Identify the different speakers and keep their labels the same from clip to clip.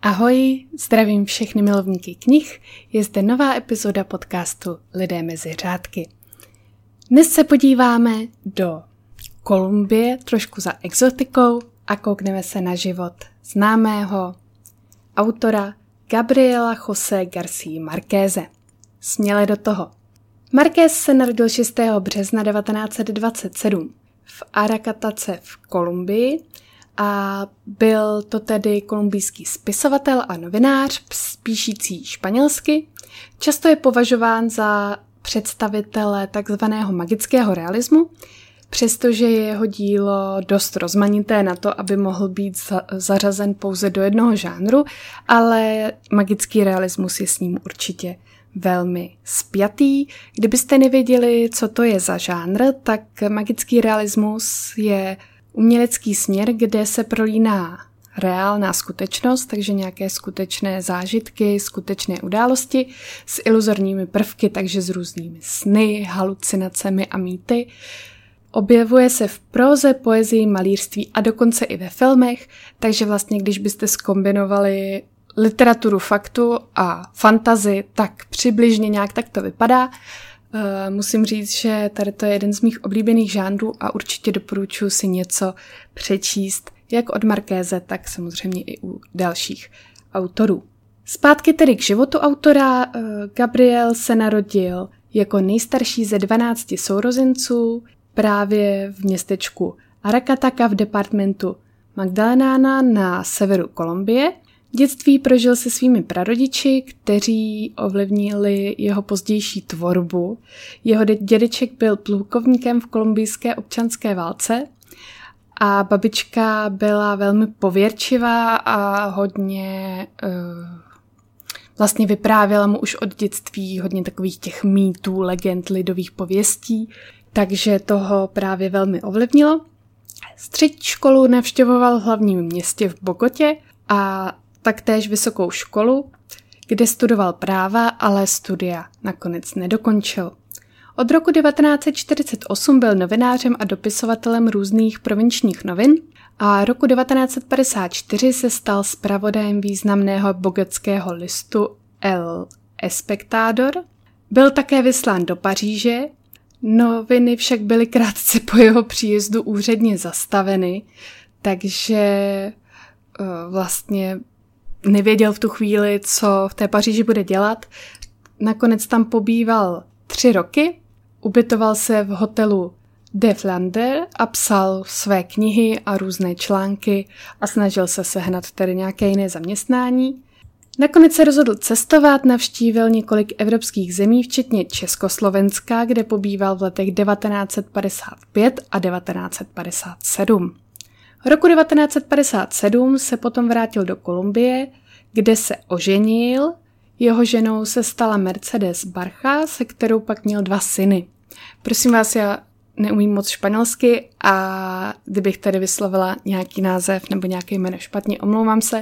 Speaker 1: Ahoj, zdravím všechny milovníky knih, je zde nová epizoda podcastu Lidé mezi řádky. Dnes se podíváme do Kolumbie, trošku za exotikou a koukneme se na život známého autora Gabriela José García Márqueze. Směle do toho. Márquez se narodil 6. března 1927 v Aracatace v Kolumbii a byl to tedy kolumbijský spisovatel a novinář, píšící španělsky. Často je považován za představitele takzvaného magického realismu, přestože je jeho dílo dost rozmanité na to, aby mohl být zařazen pouze do jednoho žánru, ale magický realismus je s ním určitě velmi spjatý. Kdybyste nevěděli, co to je za žánr, tak magický realismus je umělecký směr, kde se prolíná reálná skutečnost, takže nějaké skutečné zážitky, skutečné události s iluzorními prvky, takže s různými sny, halucinacemi a mýty. Objevuje se v próze, poezii, malířství a dokonce i ve filmech, takže vlastně když byste zkombinovali literaturu faktu a fantazii, tak přibližně nějak tak to vypadá. Musím říct, že tady to je jeden z mých oblíbených žánrů a určitě doporučuji si něco přečíst, jak od Márqueze, tak samozřejmě i u dalších autorů. Zpátky tedy k životu autora. Gabriel se narodil jako nejstarší ze 12 sourozenců právě v městečku Aracataca v departementu Magdalena na severu Kolumbie. Dětství prožil se svými prarodiči, kteří ovlivnili jeho pozdější tvorbu. Jeho dědeček byl plukovníkem v kolumbijské občanské válce a babička byla velmi pověrčivá a hodně vlastně vyprávěla mu už od dětství hodně takových těch mýtů, legend, lidových pověstí, takže toho právě velmi ovlivnilo. Střední školu navštěvoval v hlavním městě v Bogotě a taktéž vysokou školu, kde studoval práva, ale studia nakonec nedokončil. Od roku 1948 byl novinářem a dopisovatelem různých provinčních novin a roku 1954 se stal zpravodajem významného bogotského listu El Espectador. Byl také vyslán do Paříže, noviny však byly krátce po jeho příjezdu úředně zastaveny, takže vlastně nevěděl v tu chvíli, co v té Paříži bude dělat. Nakonec tam pobýval 3 roky, ubytoval se v hotelu De Flandre a psal své knihy a různé články a snažil se sehnat tedy nějaké jiné zaměstnání. Nakonec se rozhodl cestovat, navštívil několik evropských zemí, včetně Československa, kde pobýval v letech 1955 a 1957. Roku 1957 se potom vrátil do Kolumbie, kde se oženil. Jeho ženou se stala Mercedes Barcha, se kterou pak měl 2 syny. Prosím vás, já neumím moc španělsky a kdybych tady vyslovila nějaký název nebo nějaké jméno špatně, omlouvám se.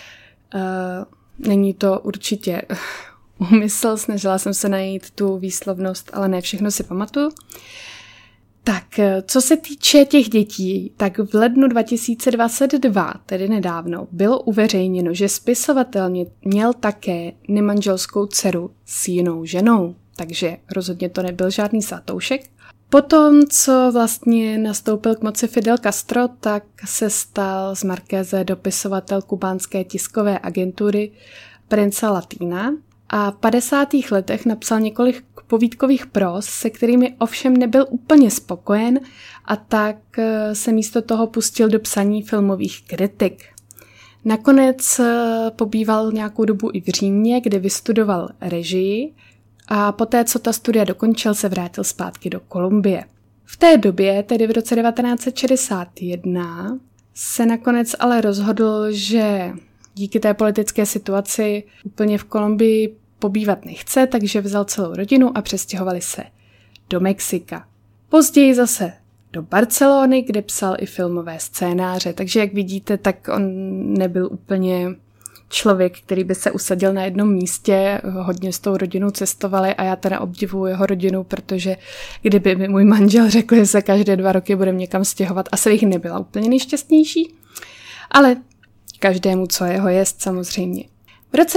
Speaker 1: Není to určitě úmysl, snažila jsem se najít tu výslovnost, ale ne všechno si pamatuju. Tak, co se týče těch dětí, tak v lednu 2022, tedy nedávno, bylo uveřejněno, že spisovatel měl také nemanželskou dceru s jinou ženou, takže rozhodně to nebyl žádný svatoušek. Potom, co vlastně nastoupil k moci Fidel Castro, tak se stal z Márqueze dopisovatel kubánské tiskové agentury Prensa Latina a v 50. letech napsal několik povídkových próz, se kterými ovšem nebyl úplně spokojen a tak se místo toho pustil do psaní filmových kritik. Nakonec pobýval nějakou dobu i v Římě, kde vystudoval režii a poté, co ta studia dokončil, se vrátil zpátky do Kolumbie. V té době, tedy v roce 1961, se nakonec ale rozhodl, že díky té politické situaci úplně v Kolumbii pobývat nechce, takže vzal celou rodinu a přestěhovali se do Mexika. Později zase do Barcelony, kde psal i filmové scénáře, takže jak vidíte, tak on nebyl úplně člověk, který by se usadil na jednom místě, hodně s tou rodinou cestovali a já teda obdivuju jeho rodinu, protože kdyby mi můj manžel řekl, že se každé 2 roky budeme někam stěhovat, asi bych nebyla úplně nejšťastnější. Ale každému, co jeho jest samozřejmě. V roce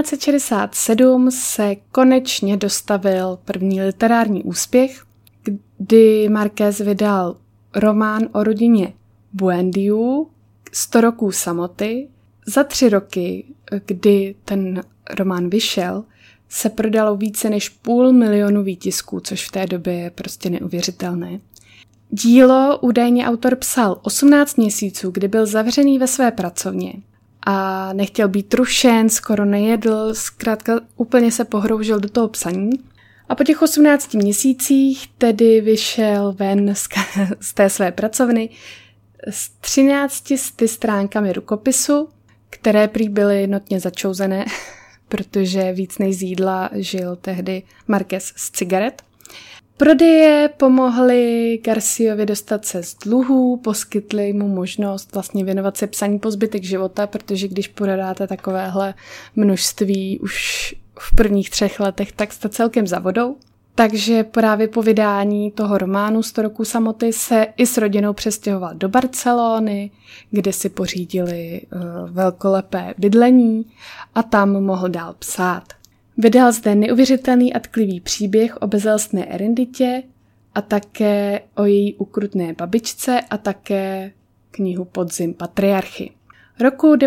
Speaker 1: 1967 se konečně dostavil první literární úspěch, kdy Marquez vydal román o rodině Buendiů 100 roků samoty. Za 3 roky, kdy ten román vyšel, se prodalo více než 500 000 výtisků, což v té době je prostě neuvěřitelné. Dílo údajně autor psal 18 měsíců, kdy byl zavřený ve své pracovně a nechtěl být rušen, skoro nejedl, zkrátka úplně se pohroužil do toho psaní. A po těch 18 měsících tedy vyšel ven z té své pracovny s 1300 stránkami rukopisu, které prý byly notně začouzené, protože víc než z jídla žil tehdy Marquez z cigaret. Prodeje pomohly Garciovi dostat se z dluhů, poskytly mu možnost vlastně věnovat se psaní po zbytek života, protože když prodáte takovéhle množství už v prvních 3 letech, tak jste celkem za vodou. Takže právě po vydání toho románu 100 roků samoty se i s rodinou přestěhoval do Barcelony, kde si pořídili velkolepé bydlení a tam mohl dál psát. Vydal zde neuvěřitelný a tklivý příběh o bezelstné Erenditě a také o její ukrutné babičce a také knihu Podzim patriarchy. Roku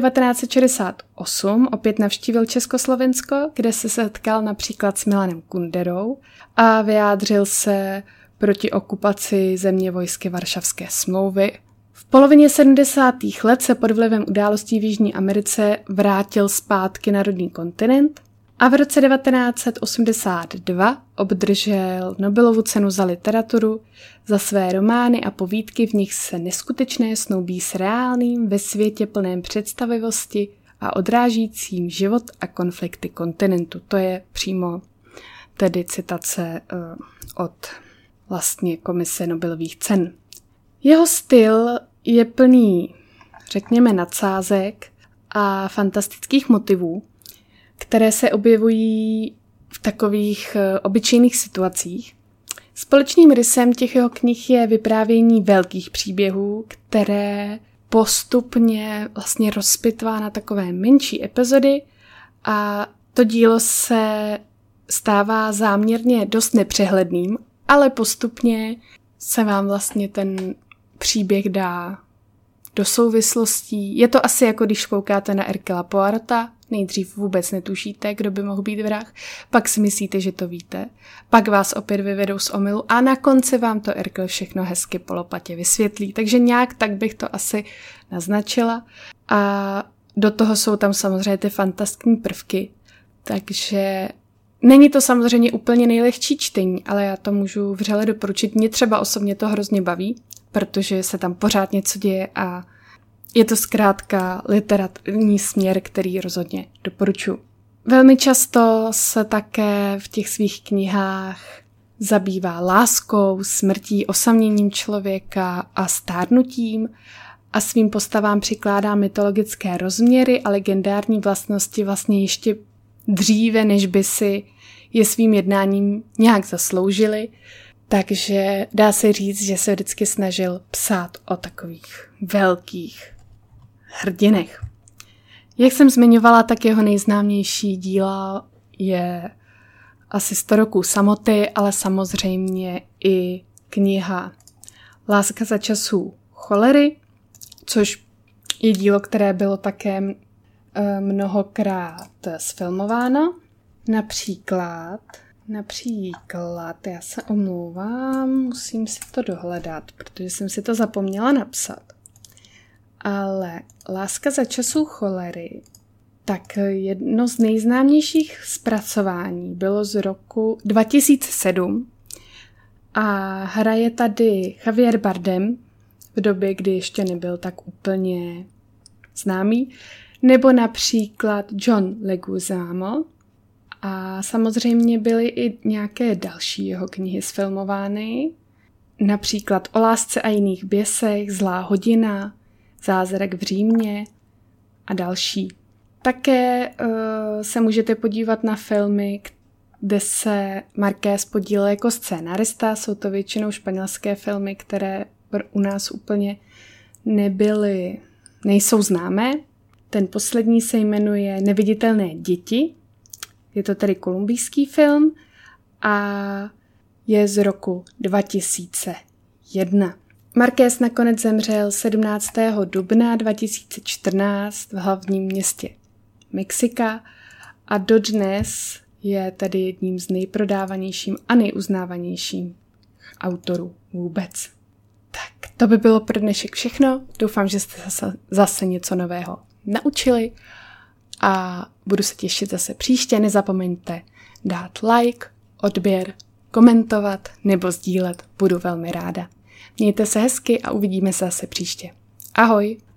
Speaker 1: 1968 opět navštívil Československo, kde se setkal například s Milanem Kunderou a vyjádřil se proti okupaci země vojsky Varšavské smlouvy. V polovině 70. let se pod vlivem událostí v Jižní Americe vrátil zpátky na rodný kontinent a v roce 1982 obdržel Nobelovu cenu za literaturu za své romány a povídky, v nich se neskutečné snoubí s reálným ve světě plném představivosti a odrážícím život a konflikty kontinentu. To je přímo tedy citace od vlastně komise Nobelových cen. Jeho styl je plný, řekněme, nadsázek a fantastických motivů, které se objevují v takových obyčejných situacích. Společným rysem těch jeho knih je vyprávění velkých příběhů, které postupně vlastně rozpitvá na takové menší epizody a to dílo se stává záměrně dost nepřehledným, ale postupně se vám vlastně ten příběh dá do souvislostí. Je to asi jako když koukáte na Hercula Poirota, nejdřív vůbec netušíte, kdo by mohl být vrah, pak si myslíte, že to víte, pak vás opět vyvedou z omylu a na konci vám to Hercule všechno hezky po lopatě vysvětlí. Takže nějak tak bych to asi naznačila. A do toho jsou tam samozřejmě ty fantastické prvky, takže není to samozřejmě úplně nejlehčí čtení, ale já to můžu vřele doporučit. Mě třeba osobně to hrozně baví, protože se tam pořád něco děje a je to zkrátka literární směr, který rozhodně doporučuji. Velmi často se také v těch svých knihách zabývá láskou, smrtí, osaměním člověka a stárnutím a svým postavám přikládá mytologické rozměry a legendární vlastnosti vlastně ještě dříve, než by si je svým jednáním nějak zasloužili. Takže dá se říct, že se vždycky snažil psát o takových velkých hrdinech. Jak jsem zmiňovala, tak jeho nejznámější díla je asi 100 roků samoty, ale samozřejmě i kniha Láska za časů cholery, což je dílo, které bylo také mnohokrát zfilmováno. Například, já se omlouvám, musím si to dohledat, protože jsem si to zapomněla napsat. Ale Láska za časů cholery, tak jedno z nejznámějších zpracování bylo z roku 2007 a hraje tady Javier Bardem v době, kdy ještě nebyl tak úplně známý, nebo například John Leguizamo a samozřejmě byly i nějaké další jeho knihy zfilmovány, například O lásce a jiných běsech, Zlá hodina, Zázrak v Římě a další. Také se můžete podívat na filmy, kde se Marquez podílel jako scénarista. Jsou to většinou španělské filmy, které u nás úplně nejsou známé. Ten poslední se jmenuje Neviditelné děti. Je to tedy kolumbijský film a je z roku 2001. Marquez nakonec zemřel 17. dubna 2014 v hlavním městě Mexika a dodnes je tedy jedním z nejprodávanějším a nejuznávanějším autorů vůbec. Tak, to by bylo pro dnešek všechno. Doufám, že jste zase něco nového naučili a budu se těšit zase příště. Nezapomeňte dát like, odběr, komentovat nebo sdílet. Budu velmi ráda. Mějte se hezky a uvidíme se zase příště. Ahoj!